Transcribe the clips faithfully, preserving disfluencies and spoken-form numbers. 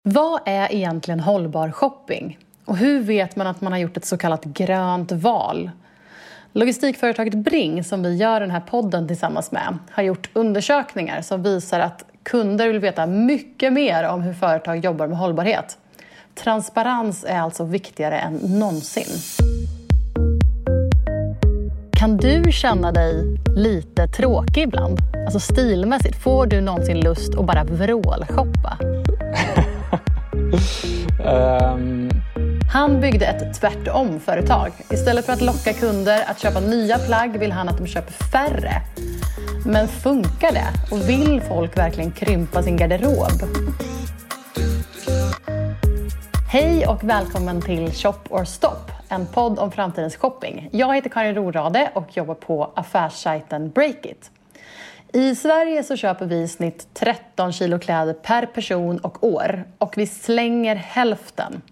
Vad är egentligen hållbar shopping? Och hur vet man att man har gjort ett så kallat grönt val? Logistikföretaget Bring, som vi gör den här podden tillsammans med, har gjort undersökningar som visar att kunder vill veta mycket mer om hur företag jobbar med hållbarhet. Transparens är alltså viktigare än någonsin. Kan du känna dig lite tråkig ibland? Alltså stilmässigt, får du någonsin lust att bara vrålshoppa? um... Han byggde ett tvärtom-företag. Istället för att locka kunder att köpa nya plagg vill han att de köper färre. Men funkar det? Och vill folk verkligen krympa sin garderob? Hej och välkommen till Shop or Stop, en podd om framtidens shopping. Jag heter Karin Rorade och jobbar på affärssajten Breakit. I Sverige så köper vi i snitt tretton kilo kläder per person och år och vi slänger hälften.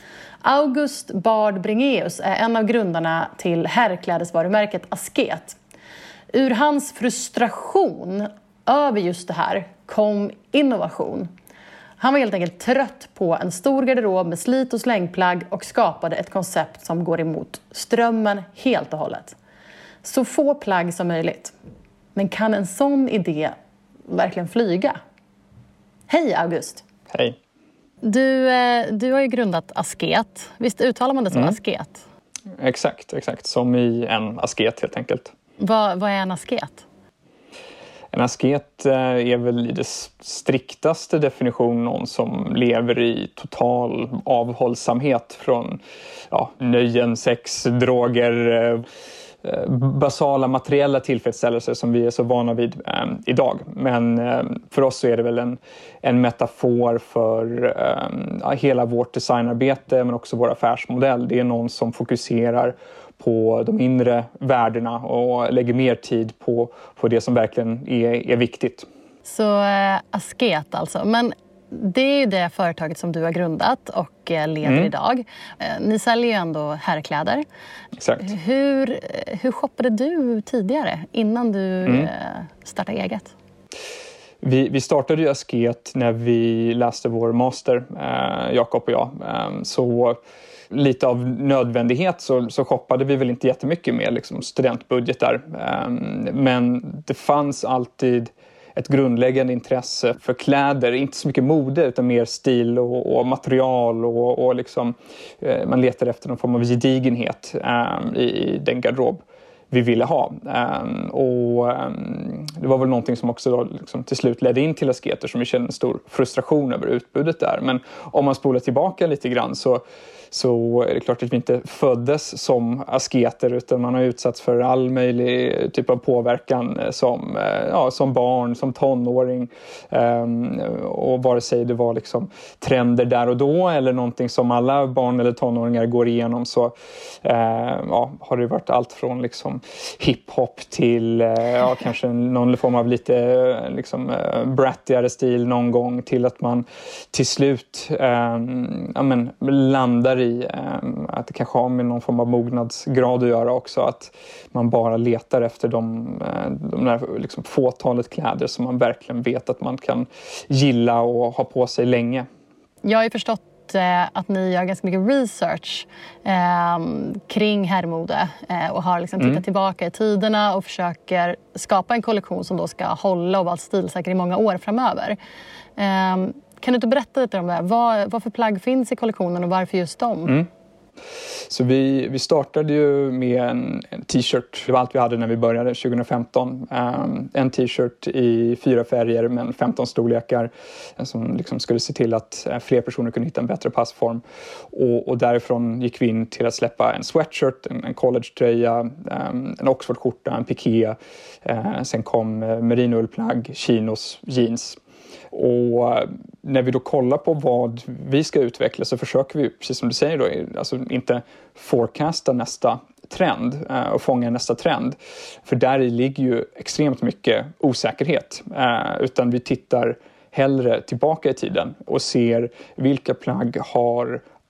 August Bard Bringéus är en av grundarna till herrklädesvarumärket Asket. Ur hans frustration över just det här kom innovation. Han var helt enkelt trött på en stor garderob med slit- och slängplagg och skapade ett koncept som går emot strömmen helt och hållet. Så få plagg som möjligt. Men kan en sån idé verkligen flyga? Hej August! Hej! Du, du har ju grundat Asket. Visst uttalar man det som mm. Asket? Exakt, exakt. Som i en asket helt enkelt. Vad, vad är en asket? En asket är väl i det striktaste definition någon som lever i total avhållsamhet från ja, nöjen, sex, droger, basala materiella tillfredsställelser som vi är så vana vid eh, idag. Men eh, för oss så är det väl en, en metafor för eh, hela vårt designarbete men också vår affärsmodell. Det är någon som fokuserar på de inre värdena och lägger mer tid på, på det som verkligen är, är viktigt. Så eh, Asket alltså. Men det är ju det företaget som du har grundat och leder mm. idag. Ni säljer ju ändå herrkläder. Exakt. Hur, hur shoppade du tidigare innan du mm. startade eget? Vi, vi startade ju Asket när vi läste vår master, eh, Jakob och jag. Eh, så lite av nödvändighet så, så shoppade vi väl inte jättemycket med liksom, studentbudgetar. Eh, men det fanns alltid ett grundläggande intresse för kläder, inte så mycket mode utan mer stil och, och material och, och liksom, eh, man letar efter någon form av gedigenhet eh, i, i den garderob vi ville ha. Um, och um, det var väl någonting som också då, liksom, till slut ledde in till Asketer som vi kände en stor frustration över utbudet där. Men om man spolar tillbaka lite grann så, så är det klart att vi inte föddes som asketer utan man har utsatts för all möjlig typ av påverkan som, ja, som barn, som tonåring. Um, och vare sig det var liksom trender där och då eller någonting som alla barn eller tonåringar går igenom så uh, ja, har det varit allt från liksom hiphop till ja, kanske någon form av lite liksom, brattigare stil någon gång till att man till slut um, ja, men, landar i um, att det kanske har med någon form av mognadsgrad att göra också, att man bara letar efter de, de där liksom, fåtalet kläder som man verkligen vet att man kan gilla och ha på sig länge. Jag har ju förstått att ni gör ganska mycket research eh, kring herrmode eh, och har liksom tittat mm. tillbaka i tiderna och försöker skapa en kollektion som då ska hålla och vara stilsäker i många år framöver. Eh, kan du inte berätta lite om det? Vad, vad för plagg finns i kollektionen och varför just dem? Mm. Så vi, vi startade ju med en, en t-shirt. Det var allt vi hade när vi började tjugo femton. Um, en t-shirt i fyra färger men femton storlekar som liksom skulle se till att fler personer kunde hitta en bättre passform. Och, och därifrån gick vi in till att släppa en sweatshirt, en, en collegetröja, um, en Oxford-skjorta, en piké. Uh, sen kom merinoullplagg, chinos, jeans. Och när vi då kollar på vad vi ska utveckla så försöker vi, precis som du säger då, alltså inte forecasta nästa trend och fånga nästa trend. För där ligger ju extremt mycket osäkerhet. Utan vi tittar hellre tillbaka i tiden och ser vilka plagg har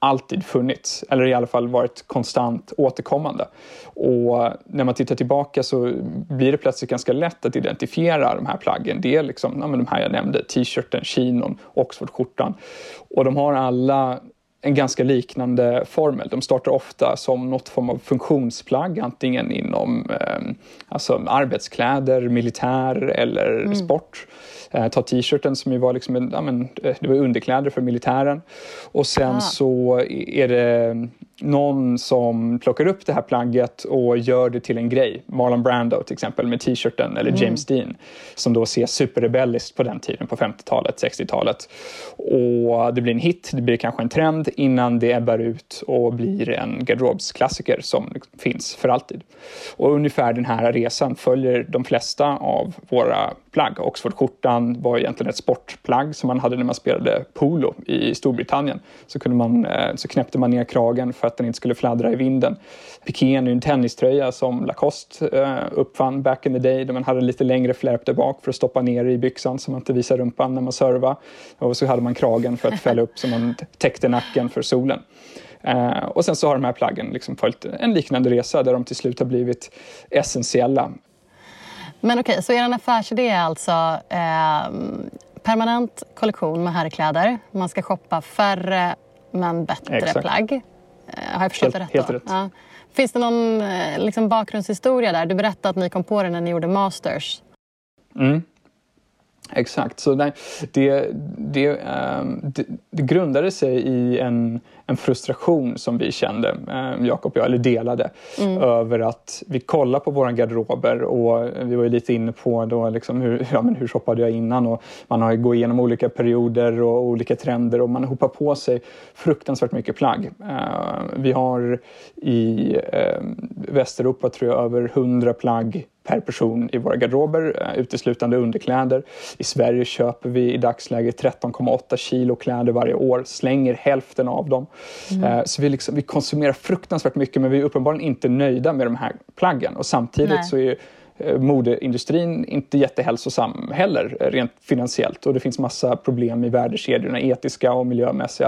alltid funnits, eller i alla fall varit konstant återkommande. Och när man tittar tillbaka så blir det plötsligt ganska lätt att identifiera de här plaggen. Det är liksom, ja, men de här jag nämnde, t-shirten, chinon, Oxford-skjortan. Och de har alla en ganska liknande formel. De startar ofta som något form av funktionsplagg, antingen inom eh, alltså arbetskläder, militär eller mm. sport. Eh, ta t-shirten som ju var liksom en, ja, men, det var underkläder för militären. Och sen ah. så är det någon som plockar upp det här plagget och gör det till en grej. Marlon Brando till exempel med t-shirten, eller James mm. Dean, som då ser superrebelliskt på den tiden, på femtiotalet, sextiotalet. Och det blir en hit, det blir kanske en trend innan det ebbar ut och blir en garderobsklassiker som finns för alltid. Och ungefär den här resan följer de flesta av våra plagg. Oxford-skjortan var egentligen ett sportplagg som man hade när man spelade polo i Storbritannien. Så, kunde man, så knäppte man ner kragen för att den inte skulle fladdra i vinden. Pikén är en tenniströja som Lacoste uppfann back in the day, där man hade lite längre flärp där bak för att stoppa ner i byxan så man inte visar rumpan när man servar. Och så hade man kragen för att fälla upp så man täckte nacken för solen. Uh, och sen så har de här plaggen liksom följt en liknande resa där de till slut har blivit essentiella. Men okej, okay, så er affärsidé är alltså eh, permanent kollektion med herrkläder. Man ska shoppa färre men bättre Exakt. plagg. Eh, har jag förstått helt, det rätt helt rätt? Ja. Finns det någon eh, liksom bakgrundshistoria där? Du berättade att ni kom på det när ni gjorde Masters. Mm. Exakt, så det, det, det, det, det grundade sig i en, en frustration som vi kände, Jakob och jag, eller delade, mm. över att vi kollar på våra garderober, och vi var ju lite inne på då liksom hur, ja, men hur shoppade jag innan, och man har ju gått igenom olika perioder och olika trender och man hoppar på sig fruktansvärt mycket plagg. Vi har i Västeuropa tror jag över hundra plagg per person i våra garderober, uteslutande underkläder. I Sverige köper vi i dagsläget tretton komma åtta kilo kläder varje år, slänger hälften av dem. Mm. Så vi, liksom, vi konsumerar fruktansvärt mycket, men vi är uppenbarligen inte nöjda med de här plaggen. Och samtidigt Nej. så är modeindustrin inte jättehälsosam heller rent finansiellt, och det finns massa problem i värdekedjorna, etiska och miljömässiga.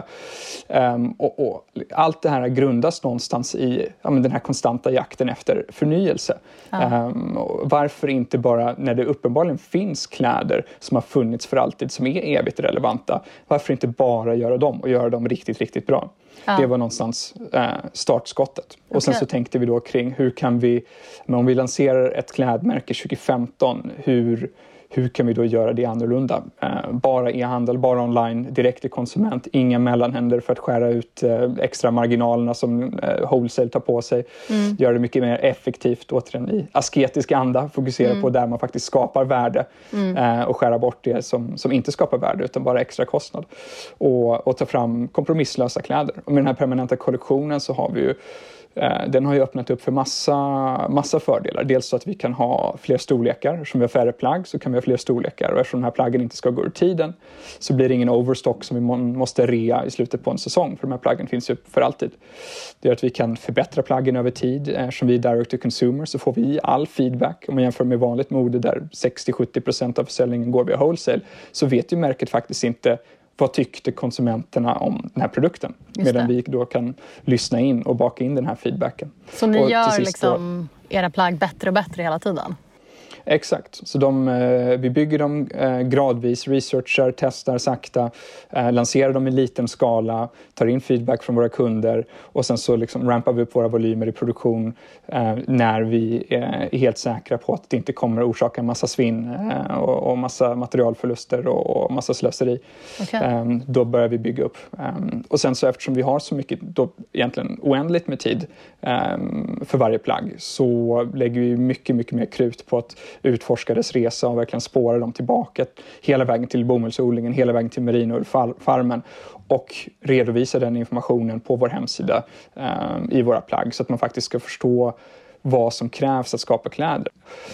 Um, och, och allt det här grundas någonstans i ja, men den här konstanta jakten efter förnyelse. Ja. Um, varför inte bara, när det uppenbarligen finns kläder som har funnits för alltid, som är evigt relevanta, varför inte bara göra dem och göra dem riktigt, riktigt bra? Ja. Det var någonstans eh, startskottet. Okay. Och sen så tänkte vi då kring hur kan vi, men om vi lanserar ett klädmärke tjugo femton, hur, hur kan vi då göra det annorlunda? Eh, bara e-handel, bara online, direkt till konsument, inga mellanhänder för att skära ut eh, extra marginalerna som eh, wholesale tar på sig. Mm. Göra det mycket mer effektivt, återigen i asketisk anda, fokusera mm. på där man faktiskt skapar värde mm. eh, och skära bort det som, som inte skapar värde utan bara extra kostnad. Och, och ta fram kompromisslösa kläder. Och med den här permanenta kollektionen så har vi ju den har ju öppnat upp för massa, massa fördelar. Dels så att vi kan ha fler storlekar. Som vi har färre plagg så kan vi ha fler storlekar. Och eftersom de här plaggen inte ska gå ur tiden så blir det ingen overstock som vi måste rea i slutet på en säsong. För de här plaggen finns ju för alltid. Det gör att vi kan förbättra plaggen över tid. Eftersom vi är direct to consumer så får vi all feedback. Om man jämför med vanligt mode där sextio till sjuttio procent av försäljningen går via wholesale, så vet ju märket faktiskt inte vad tyckte konsumenterna om den här produkten. Medan vi då kan lyssna in och baka in den här feedbacken. Så ni och gör liksom då, era plagg bättre och bättre hela tiden? Exakt. Så de, vi bygger dem gradvis, researchar, testar sakta, lanserar dem i liten skala, tar in feedback från våra kunder och sen så liksom rampar vi upp våra volymer i produktion när vi är helt säkra på att det inte kommer att orsaka en massa svinn och massa materialförluster och massa slöseri. Okay. Då börjar vi bygga upp. Och sen så eftersom vi har så mycket, då egentligen oändligt med tid för varje plagg, så lägger vi mycket, mycket mer krut på att utforska dess resa och verkligen spåra dem tillbaka hela vägen till bomullsodlingen, hela vägen till merinoullfarmen och redovisa den informationen på vår hemsida eh, i våra plagg så att man faktiskt ska förstå vad som krävs att skapa kläder.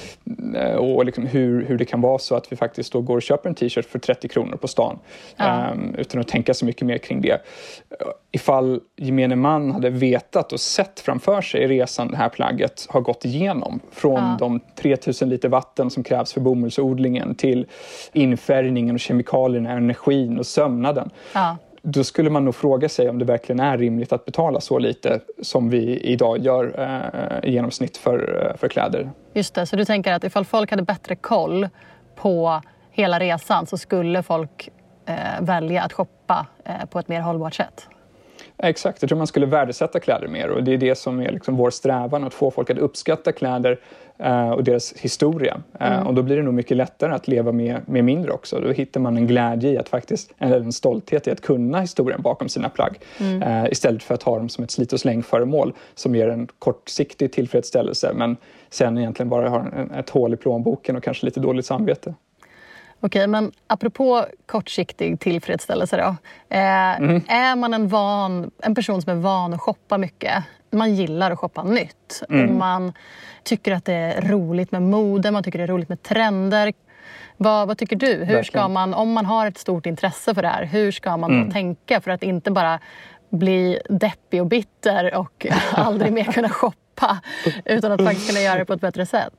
Och liksom hur, hur det kan vara så att vi faktiskt då går och köper en t-shirt för trettio kronor på stan. Ja. Um, utan att tänka så mycket mer kring det. Ifall gemene man hade vetat och sett framför sig resan det här plagget har gått igenom. Från ja. de tre tusen liter vatten som krävs för bomullsodlingen till infärgningen och kemikalierna, energin och sömnaden. Ja. då skulle man nog fråga sig om det verkligen är rimligt att betala så lite som vi idag gör eh, i genomsnitt för, för kläder. Just det, så du tänker att ifall folk hade bättre koll på hela resan så skulle folk eh, välja att shoppa eh, på ett mer hållbart sätt? Exakt, jag tror man skulle värdesätta kläder mer, och det är det som är liksom vår strävan, att få folk att uppskatta kläder eh, och deras historia. Eh, mm. Och då blir det nog mycket lättare att leva med, med mindre också. Då hittar man en glädje i att faktiskt, eller en stolthet i att kunna historien bakom sina plagg. Mm. Eh, istället för att ha dem som ett slit- och slängföremål som ger en kortsiktig tillfredsställelse, men sen egentligen bara har en, ett hål i plånboken och kanske lite dåligt samvete. Okej, men apropå kortsiktig tillfredsställelse då. Eh, mm. Är man en, van, en person som är van att shoppa mycket, man gillar att shoppa nytt. Mm. Och man tycker att det är roligt med mode, man tycker det är roligt med trender. Vad, vad tycker du? Hur ska man, om man har ett stort intresse för det här, hur ska man mm. då tänka för att inte bara bli deppig och bitter och aldrig mer kunna shoppa, utan att faktiskt kunna göra det på ett bättre sätt?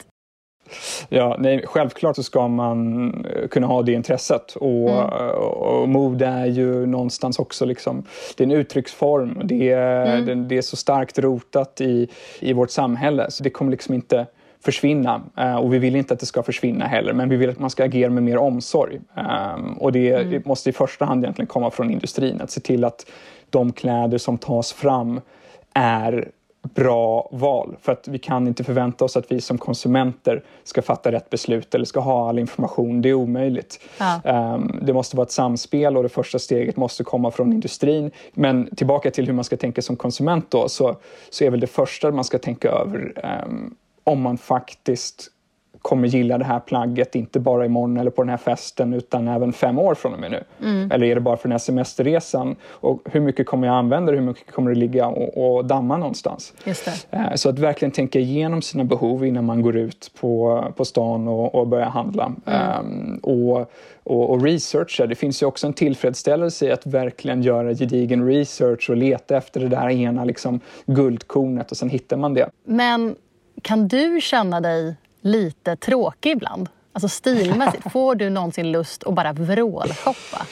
Ja, nej, självklart så ska man kunna ha det intresset, och, mm. och, och mode är ju någonstans också liksom, det är en uttrycksform, det är, mm. det, det är så starkt rotat i, i vårt samhälle, så det kommer liksom inte försvinna, uh, och vi vill inte att det ska försvinna heller, men vi vill att man ska agera med mer omsorg, um, och det, mm. det måste i första hand egentligen komma från industrin, att se till att de kläder som tas fram är bra val, för att vi kan inte förvänta oss att vi som konsumenter ska fatta rätt beslut eller ska ha all information. Det är omöjligt. Ja. Um, det måste vara ett samspel, och det första steget måste komma från industrin. Men tillbaka till hur man ska tänka som konsument då, så, så är väl det första man ska tänka över um, om man faktiskt kommer gilla det här plagget, inte bara imorgon eller på den här festen, utan även fem år från och med nu. Mm. Eller är det bara för den här semesterresan? Och hur mycket kommer jag använda det? Hur mycket kommer det ligga och, och damma någonstans? Just det. Så att verkligen tänka igenom sina behov innan man går ut på, på stan och, och börjar handla. Mm. Um, och, och, och researcha. Det finns ju också en tillfredsställelse i att verkligen göra gedigen research och leta efter det där ena liksom, guldkornet, och sen hittar man det. Men kan du känna dig lite tråkig ibland? Alltså stilmässigt, får du någonsin lust att bara vrålshoppa?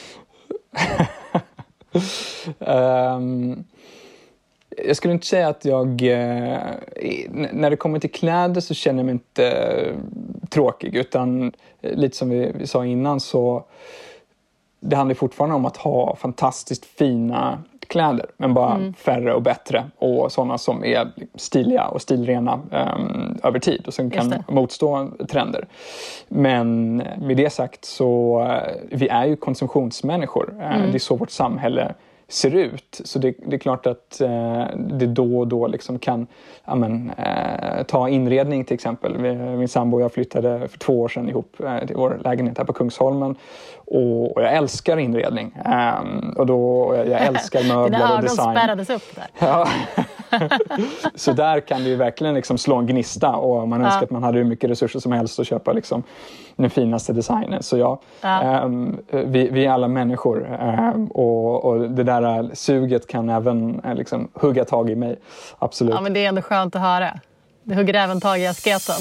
um, jag skulle inte säga att jag... Uh, när det kommer till kläder så känner jag mig inte uh, tråkig, utan uh, lite som vi, vi sa innan, så det handlar fortfarande om att ha fantastiskt fina kläder, men bara mm. färre och bättre, och sådana som är stiliga och stilrena um, över tid och som kan motstå trender. Men med det sagt så uh, vi är ju konsumtionsmänniskor. Uh, mm. Det är så vårt samhälle ser ut. Så det, det är klart att eh, det då och då liksom kan amen, eh, ta inredning till exempel. Min sambo och jag flyttade för två år sedan ihop eh, till vår lägenhet här på Kungsholmen. Och, och jag älskar inredning. Um, och då, och jag, jag älskar möbler och design. Dina ögon spärrades upp där. Ja. Så där kan det ju verkligen liksom slå en gnista, och man önskar ja. att man hade hur mycket resurser som helst att köpa liksom den finaste designen. Så ja, ja. Um, vi, vi är alla människor, um, och, och det där suget kan även uh, liksom hugga tag i mig, absolut. Ja, men det är ändå skönt att höra. Det hugger även tag i asketen.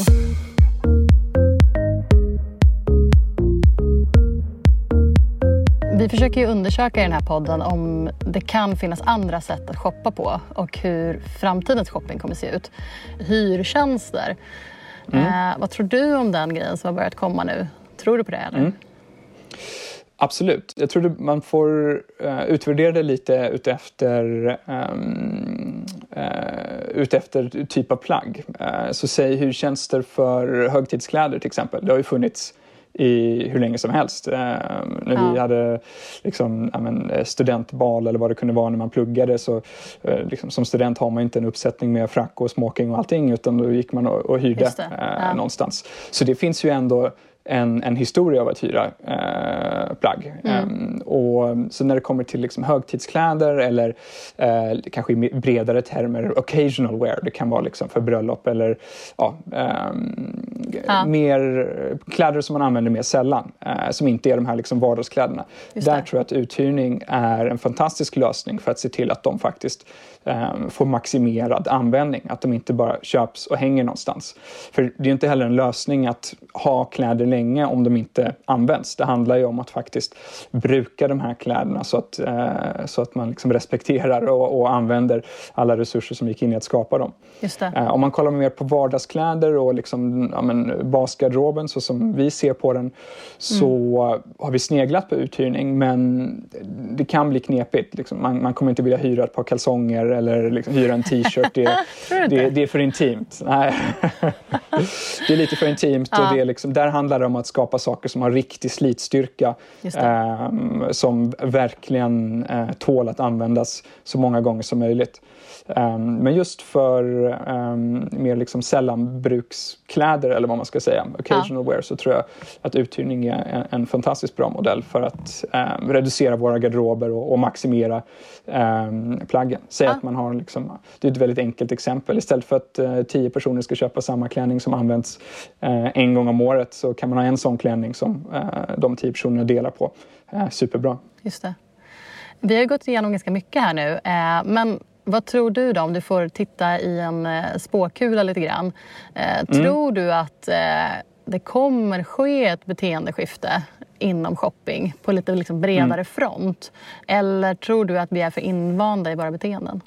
Vi försöker ju undersöka i den här podden om det kan finnas andra sätt att shoppa på och hur framtidens shopping kommer se ut. Hyrtjänster. Mm. Eh, vad tror du om den grejen som har börjat komma nu? Tror du på det eller? Mm. Absolut. Jag tror att man får uh, utvärdera det lite utefter, um, uh, utefter typ av plagg. Uh, så säg hyrtjänster för högtidskläder till exempel. Det har ju funnits i hur länge som helst. Eh, när ja. vi hade liksom, ja, men, studentbal eller vad det kunde vara när man pluggade, så eh, liksom, som student har man inte en uppsättning med frack och smoking och allting, utan då gick man och, och hyrde eh, ja. någonstans. Så det finns ju ändå en, en historia av att hyra eh, plagg. Mm. Um, och, så när det kommer till liksom, högtidskläder eller eh, kanske i bredare termer occasional wear, det kan vara liksom, för bröllop eller ja, um, ja. mer kläder som man använder mer sällan, eh, som inte är de här liksom, vardagskläderna. Där tror jag att uthyrning är en fantastisk lösning för att se till att de faktiskt Um, får maximerad användning, att de inte bara köps och hänger någonstans. För det är inte heller en lösning att ha kläder länge om de inte används. Det handlar ju om att faktiskt bruka de här kläderna så att, eh, så att man liksom respekterar och, och använder alla resurser som gick in i att skapa dem. Just det. Eh, om man kollar mer på vardagskläder och liksom, ja, men, basgarderoben så som vi ser på den, så mm. har vi sneglat på uthyrning, men det kan bli knepigt. Liksom. Man, man kommer inte vilja hyra ett par kalsonger eller liksom, hyra en t-shirt. Det, det, det är för intimt. Nej. Det är lite för intimt. Ja. Och det är liksom, där handlar det om att skapa saker som har riktig slitstyrka. Eh, som verkligen eh, tål att användas så många gånger som möjligt. Um, men just för um, mer liksom sällanbrukskläder eller vad man ska säga, occasional ja. wear, så tror jag att uthyrning är en, en fantastiskt bra modell för att um, reducera våra garderober och, och maximera um, plaggen. Säg ja. att man har liksom, det är ett väldigt enkelt exempel. Istället för att uh, tio personer ska köpa samma klänning som används uh, en gång om året, så kan man ha en sån klänning som uh, de tio personerna delar på. Uh, superbra. Just det. Vi har gått igenom ganska mycket här nu, uh, men vad tror du då, om du får titta i en eh, spåkula lite grann? Eh, mm. Tror du att eh, det kommer ske ett beteendeskifte inom shopping på lite liksom bredare mm. front? Eller tror du att vi är för invanda i våra beteenden?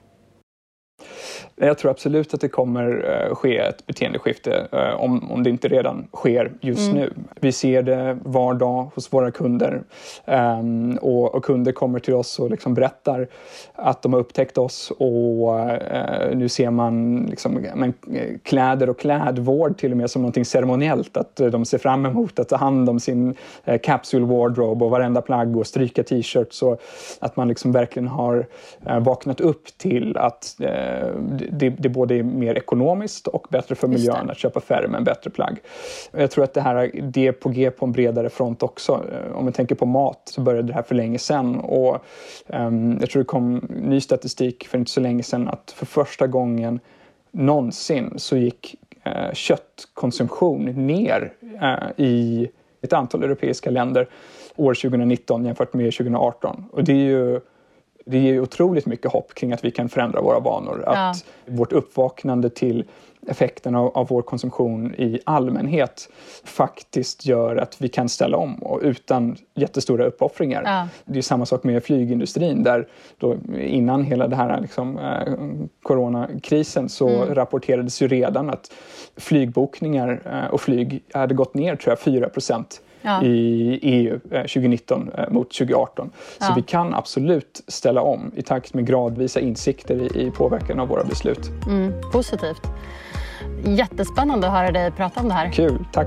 Jag tror absolut att det kommer uh, ske ett beteendeskifte uh, om, om det inte redan sker just mm. nu. Vi ser det var dag hos våra kunder um, och, och kunder kommer till oss och liksom berättar att de har upptäckt oss, och uh, nu ser man liksom, men, kläder och klädvård till och med som någonting ceremoniellt, att uh, de ser fram emot att ta hand om sin uh, capsule wardrobe och varenda plagg och stryka t-shirts, så att man liksom verkligen har uh, vaknat upp till att uh, Det, det både är mer ekonomiskt och bättre för miljön att köpa färre men bättre plagg. Jag tror att det här det är på G på en bredare front också. Om man tänker på mat så började det här för länge sedan, och um, jag tror det kom ny statistik för inte så länge sedan att för första gången någonsin så gick uh, köttkonsumtion ner uh, i ett antal europeiska länder år tjugonitton jämfört med tjugoarton. Och det är ju Det ger otroligt mycket hopp kring att vi kan förändra våra vanor. Ja. Att vårt uppvaknande till effekten av, av vår konsumtion i allmänhet faktiskt gör att vi kan ställa om, och utan jättestora uppoffringar. Ja. Det är samma sak med flygindustrin, där då innan hela det här liksom, eh, coronakrisen så mm. rapporterades ju redan att flygbokningar eh, och flyg hade gått ner, tror jag, fyra procent. Ja. i E U eh, tjugonitton eh, mot tjugoarton. Så ja. vi kan absolut ställa om i takt med gradvisa insikter i, i påverkan av våra beslut. Mm, positivt. Jättespännande att höra dig prata om det här. Kul, tack.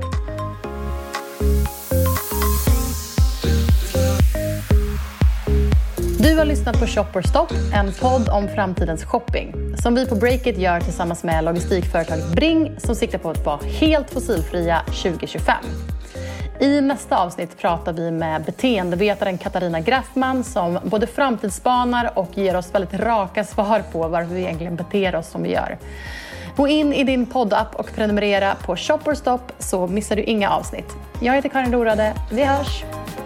Du har lyssnat på Shop or Stop, en podd om framtidens shopping, som vi på Breakit gör tillsammans med logistikföretaget Bring, som siktar på att vara helt fossilfria tjugo tjugofem. I nästa avsnitt pratar vi med beteendevetaren Katarina Graffman, som både framtidsspanar och ger oss väldigt raka svar på varför vi egentligen beter oss som vi gör. Gå in i din poddapp och prenumerera på Shop or Stop, så missar du inga avsnitt. Jag heter Karin Rorade. Vi hörs!